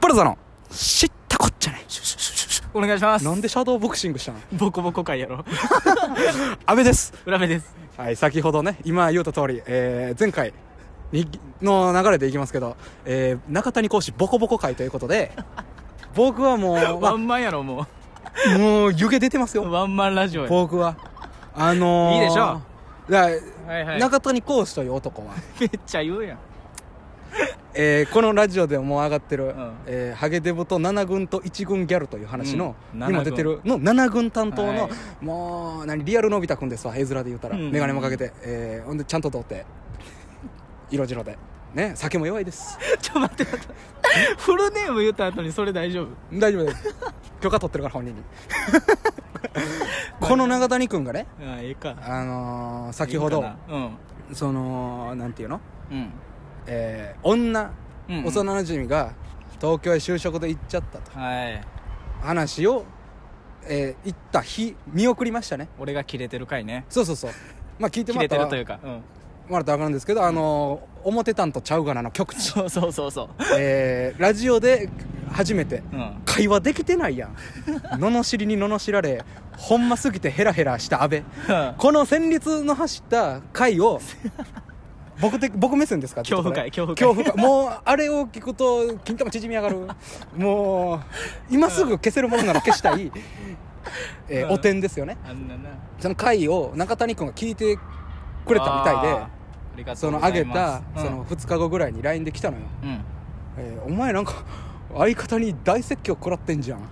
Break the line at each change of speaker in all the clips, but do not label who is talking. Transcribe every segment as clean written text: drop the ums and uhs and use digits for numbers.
ルザの知ったこっちゃね。
お願いします。
なんでシャドーボクシングしたの？
ボコボコ会やろ。
安倍です。
裏目です。
はい、先ほどね、今言った通り、前回の流れでいきますけど、中谷講師ボコボコ会ということで、僕はもう、
ワンマンやろ、も
もう湯気出てます
う。
よ。
ワンマンラジオや。
僕は。
いいでしょ
だから
はいはい。
中谷講師という男は、
めっちゃ言うやん。
このラジオでもう上がってる、
うん
ハゲデブと7軍と1軍ギャルという話の、
うん
にも出てるの7軍担当の、
はい
もうリアルのび太くんですわ、絵面で言うたら、
うん
眼鏡もかけて、ほんでちゃんと童貞色白でね、酒も弱いです。
ちょっと待って。フルネーム言った後にそれ大丈夫？
大丈夫です許可取ってるから本人にこの永谷くんがね、
ああ、いいか。
先ほど
いいかな。
そのなんていうの、
うん
女、
うん
幼馴染が東京へ就職で行っちゃったと
はい。
話を、行った日見送りましたね。
俺がキレてる回ね。
そうそうそう、まあ聞いて
キ
もらったら
レてるというか、
もらったら分かるんですけど、表たんとちゃうがなの極地
そうそうそうそう。
ラジオで初めて
うん
会話できてないやん罵りに罵られ、ほんますぎてヘラヘラした安倍この旋律の走った回を僕目線ですか？
恐怖回
恐怖回もうあれを聞くと金玉縮み上がるもう今すぐ消せるものなら消したい、お点ですよね。
あんなな。
その回を中谷君が聞いてくれたみたいで、
ありがと
そうの
ござい
上げた
ます。
その2日後ぐらいに LINE で来たのよ、
うん。
お前なんか相方に大説教食らってんじゃん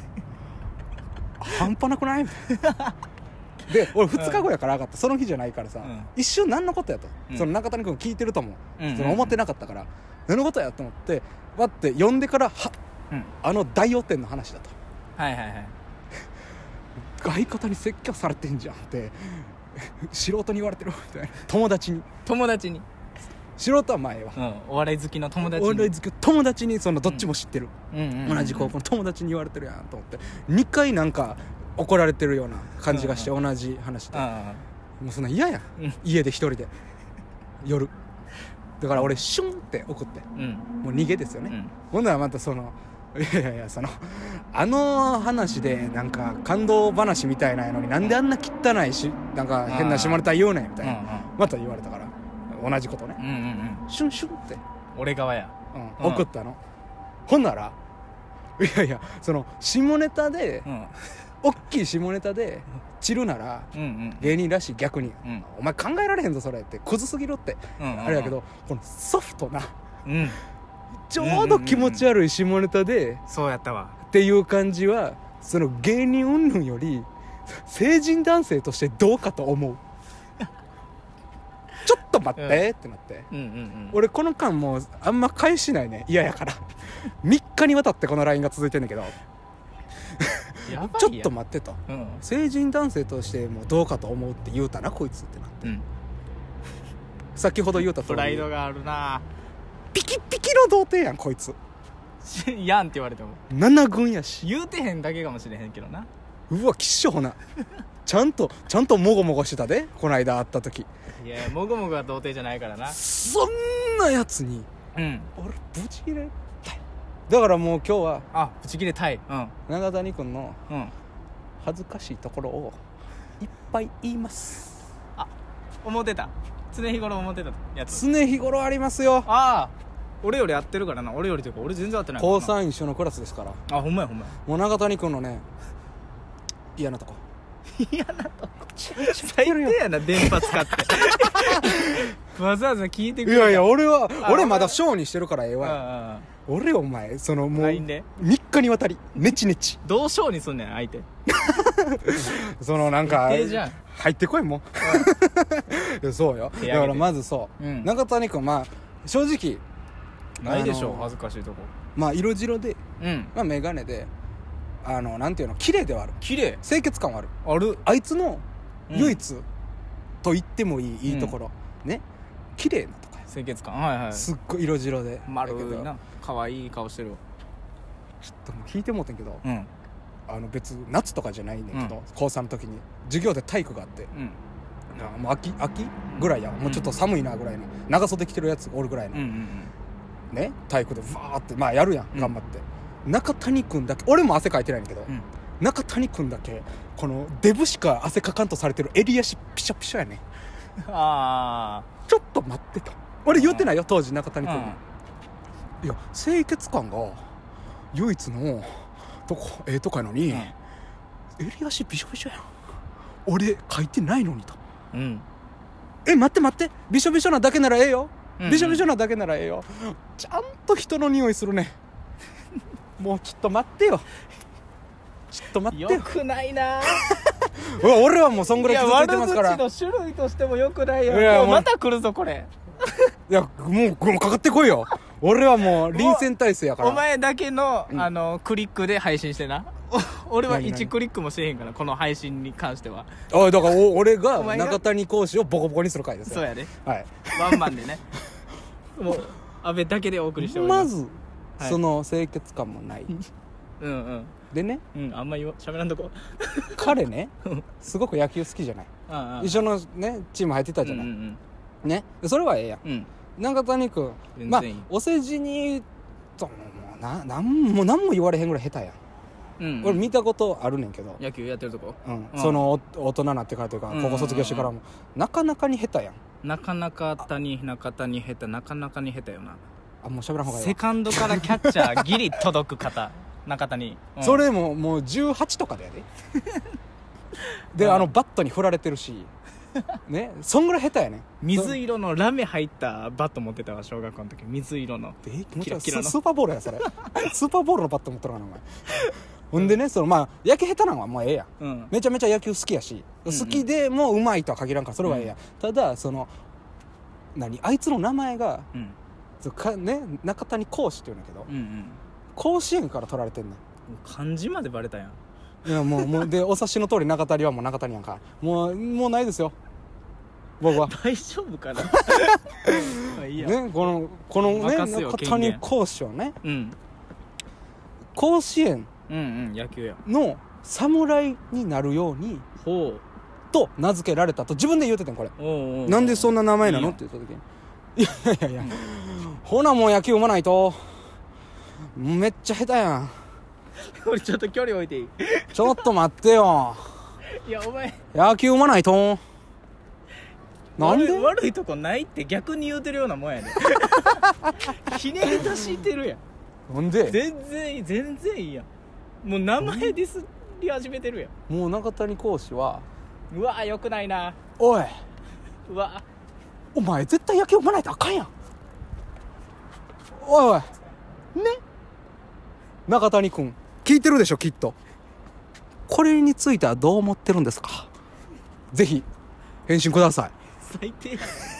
半端なくないみたいなで俺2日後やから上がった、その日じゃないからさ、一瞬何のことやと、その中谷君聞いてると思う、その思ってなかったから何のことやと思ってわって呼んでから大汚点の話だと、
はいはいはい。
相方に説教されてんじゃんって素人に言われてるみたいな、友達に素人は前は、
お笑い好きの友達に。
俺好き友達にそのどっちも知ってる、同じ高校の友達に言われてるやんと思って2回なんか怒られてるような感じがして、同じ話で、もうそんな嫌やん、家で一人で夜だから俺シュンって怒って、もう逃げですよね、ほんならまたそのいやその話でなんか感動話みたいなのになんであんな汚いしなんか変な下ネタ言うねんみたいな、また言われたから同じことね、シュンシュンって
俺側や。
送ったの、ほんならいやその下ネタで、大きい下ネタで散るなら、芸人らしい逆に、お前考えられへんぞそれってクズすぎるって、あれやけどこのソフトな、ちょうど気持ち悪い下ネタで、
そうやったわ
っていう感じはその芸人云々より成人男性としてどうかと思うちょっと待って、ってなって、俺この間もうあんま返しないね、嫌やから3日にわたってこの LINE が続いてんだけど
やばいや
ちょっと待ってと、成人男性としてもどうかと思うって言うたなこいつってなって、先ほど言うた通り
プライドがあるな。
ピキピキの童貞やんこいつ
やんって言われても
7軍やし、
言うてへんだけかもしれへんけどな。
うわきっしょほなちゃんともごもごしてたでこの間会った時。
いやもぐもぐは童貞じゃないからな。
そんなやつに、俺ブチ切れたい。だからもう今日は
ブチ切れたい。
永谷君の恥ずかしいところをいっぱい言います。
思ってた、常日頃思ってたやつ。
常日頃ありますよ。
俺より合ってるからな。俺よりというか俺全然合ってないからな。
高3一緒のクラスですから。
ほんまや
もう永谷君のね嫌なとこ
嫌なとこ最低やな、電波使ってわざわざ聞いてくれた。
いや俺まだ小にしてるからええわ。俺お前そのもう3日にわたりネチネチ
どうしようにすんねん相手
そのなんか
入
ってこいもうそうよ。だからまずそう、永谷君まあ正直
ないでしょ恥ずかしいとこ。
まあ色白で、眼鏡でなんていうの綺麗ではある。
綺麗、
清潔感はある。あいつの唯一と言ってもいいところ、ね、綺麗なとこや。
清潔感、
すっごい色白で
丸いな、可愛い顔してるわ。
ちょっともう引いてもうてんけど、別夏とかじゃないねんけど、高3の時に授業で体育があって、もう秋ぐらいや、もうちょっと寒いなぐらいの長袖着てるやつがおるぐらいの、ね、体育でバーってやるやん、頑張って中谷君だけ、俺も汗かいてないんだけど、
うん、
中谷君だけこのデブしか汗かかんとされてる襟足ピシャピシャやね。
あ
ちょっと待ってと俺言ってないよ当時中谷君に、
うん、
いや清潔感が唯一のとことかやのに、襟足ビショビショやん、俺書いてないのにと、
うん、
待ってビショビショなだけならええよ、
うんうん、
ビショビショなだけならええよ、ちゃんと人の匂いするねもうちょっと待ってよ、ちょっと待ってよ、
よくないな
俺はもうそんぐらい傷ついてますから。
いや悪口の種類としてもよくないよ。
いや
もうまた来るぞこれ。
いやもうかかってこいよ俺はもう臨戦態勢やから。
お前だけの、
うん、
クリックで配信してな。俺は
何
1クリックもせえへんからこの配信に関しては。
だから俺が中谷講師をボコボコにする回ですよ。
そうやで、
はい、
ワンマンでねもう安倍だけでお送りしております。
まず、はい、その清潔感もない
うんうん
でね、
うん、あんま喋らんとこ
彼ねすごく野球好きじゃない
ああ
一緒のねチーム入ってたじゃない、
うんうん
ね、それはええやん、
うん、
中谷君
まあ
お世辞にとも何も言われへんぐらい下手やん、うんうん、俺見たことあるねんけど
野球やってるとこ、
うんうん、その大人になってからというか、高校卒業してからもなかなかに下手やん。
なかなか中田に下手、なかなかに下手よな。
あ、もう喋らんほうがいいわ。
セカンドからキャッチャーギリ届く方中田に、
うん、それもう18とかだよねで、バットに振られてるしね、そんぐらい下手やね。
水色のラメ入ったバット持ってたわ小学校の時。水色の
キラキラのスーパーボールやそれスーパーボールのバット持ってるかなお前ほんでね、野球下手なのはもうええやん、うん、めちゃめちゃ野球好きやし、好きでもうまいとは限らんからそれはええやん、ただあいつの名前が、ね、中谷講師って言うんだけど、甲子園から取られてんねん。
漢字までバレたやん。
いやもうでお察しの通り中谷はもう中谷やんか、もうないですよ僕は。
大丈夫かないいや、
ね、このね中谷講師はね、甲子園
野球や
の侍になるようにと名付けられたと自分で言うてたんこれ。なんでそんな名前なのって言った時に、いや、ほなもう野球うまないとめっちゃ下手やん
俺ちょっと距離置いていい
ちょっと待ってよ
いやお前
野球うまないとなんで
悪いとこないって逆に言うてるようなもんやでひねり出してるやん。
なんで
全然いいやん。もう名前ディスり始めてるやん。
もう中谷講師は
うわよくないな。
おいう
わ
お前絶対野球うまないとあかんやん。おいね中谷君聞いてるでしょきっと。これについてはどう思ってるんですか。ぜひ返信ください。
最低や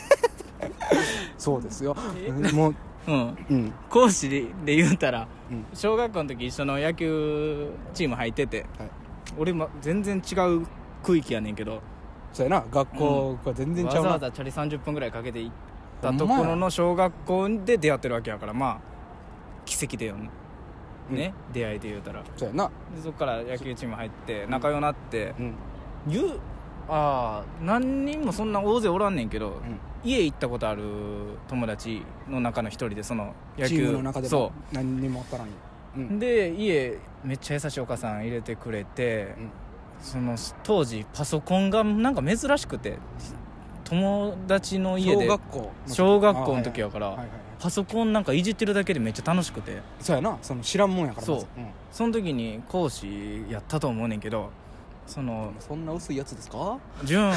そうですよもう
講師で言うたら、小学校の時一緒の野球チーム入ってて、俺も全然違う区域やねんけど、
そうやな学校が全然ちゃうな、
わざわざチャリ30分ぐらいかけて行ったところの小学校で出会ってるわけやから、まあ奇跡だよね、出会いで言うたら。
そうやな。で
そっから野球チーム入って仲良くなって、何人もそんな大勢おらんねんけど、家行ったことある友達の中の一人で、その野球
チームの中でも何人もおったらん、
で家めっちゃ優しいお母さん入れてくれて、その当時パソコンがなんか珍しくて、友達の家で小学校の時やから、パソコンなんかいじってるだけでめっちゃ楽しくて。
そうやな、その知らんもんやから。
その時に講師やったと思うねんけど、そん
な薄いやつですか
潤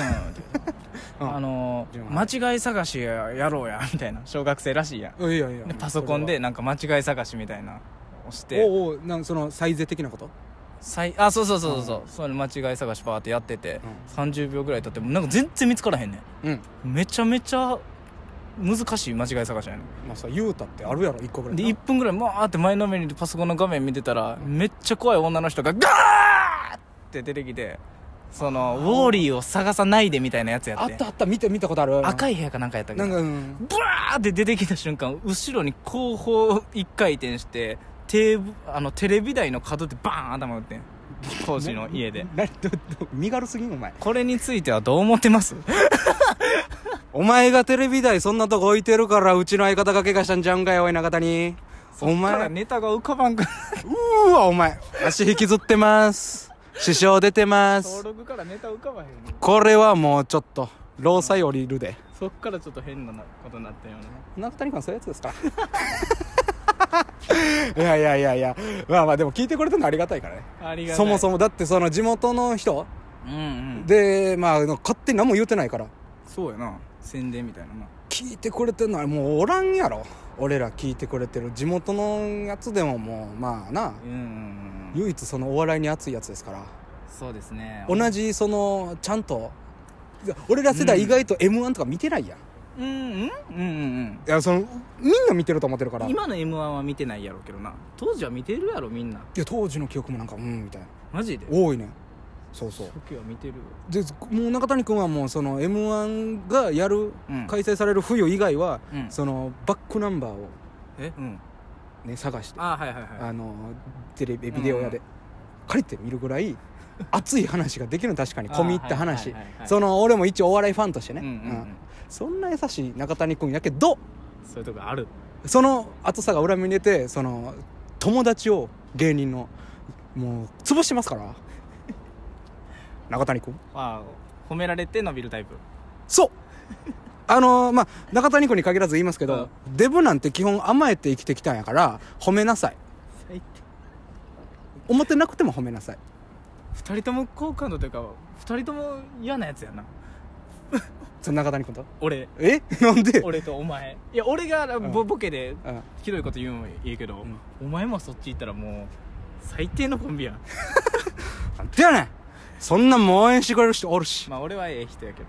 間違い探しやろうやみたいな、小学生らしいやん。
いや
でパソコンでなんか間違い探しみたいなをして、
そのサイゼ的なこと、
そうそれ間違い探しバーってやってて、30秒ぐらい経ってもなんか全然見つからへんねん、めちゃめちゃ難しい間違い探しやねん。
まあさ、言うたってあるやろ1個ぐらい
で1分ぐらいって前のめりでパソコンの画面見てたら、めっちゃ怖い女の人がガーって出てきて、ウォーリーを探さないでみたいなやつやって。
あった見たことある。
赤い部屋かなんかやったけど、ブワーって出てきた瞬間、後ろに後方1回転してテレビ台の角でバーン頭打ってん、講師の家で
身軽すぎんお前。
これについてはどう思ってますお
前がテレビ台そんなとこ置いてるからうちの相方が怪我したんちゃうんかよ、おい中谷。
そっからネタが浮かばんか
うーわお前足引きずってます支障出てます
登録からネタ浮かばへん。
これはもうちょっと労災降りるで、
そっからちょっと変なことになったよね。
中谷君はそういうやつですからいやまあまあでも聞いてくれてるのありがたいからね。
ありがたい。
そもそもだってその地元の人、でまあ勝手に何も言うてないから。
そうやな、宣伝みたいなな。
聞いてくれてるのはもうおらんやろ。俺ら聞いてくれてる地元のやつでももうまあな、唯一そのお笑いに熱いやつですから。
そうですね。
同じそのちゃんと俺ら世代意外と M1 とか見てないやん。いやそのみんな見てると思ってるから。
今の M1 は見てないやろうけどな、当時は見てるやろみんな。
いや当時の記憶もなんかみたいな。
マジで
多いね。そうそう。
初期は見てる
でもう中谷君はもうその M1 がやる、開催される冬以外は、そのバックナンバーをね探して、テレビビデオ屋で借りて見るぐらい熱い話ができるの。確かに込み入った話。その俺も一応お笑いファンとしてね、そんな優しい中谷君やけど、
そういうとこある。そ
の熱さが裏目に出て、その友達を芸人のもう潰してますから中谷君。
褒められて伸びるタイプ。
そうまあ中谷君に限らず言いますけど、デブなんて基本甘えて生きてきたんやから褒めなさい。思ってなくても褒めなさい。
2人とも好感度というか2人とも嫌なやつやな
その中谷君と
俺。
なんで
俺とお前。いや俺がボケでひどいこと言うのもいいけど、お前もそっち行ったらもう最低のコンビやん
なんてやねん。そんなもう応援してくれる人おるし。
まあ俺はええ人やけど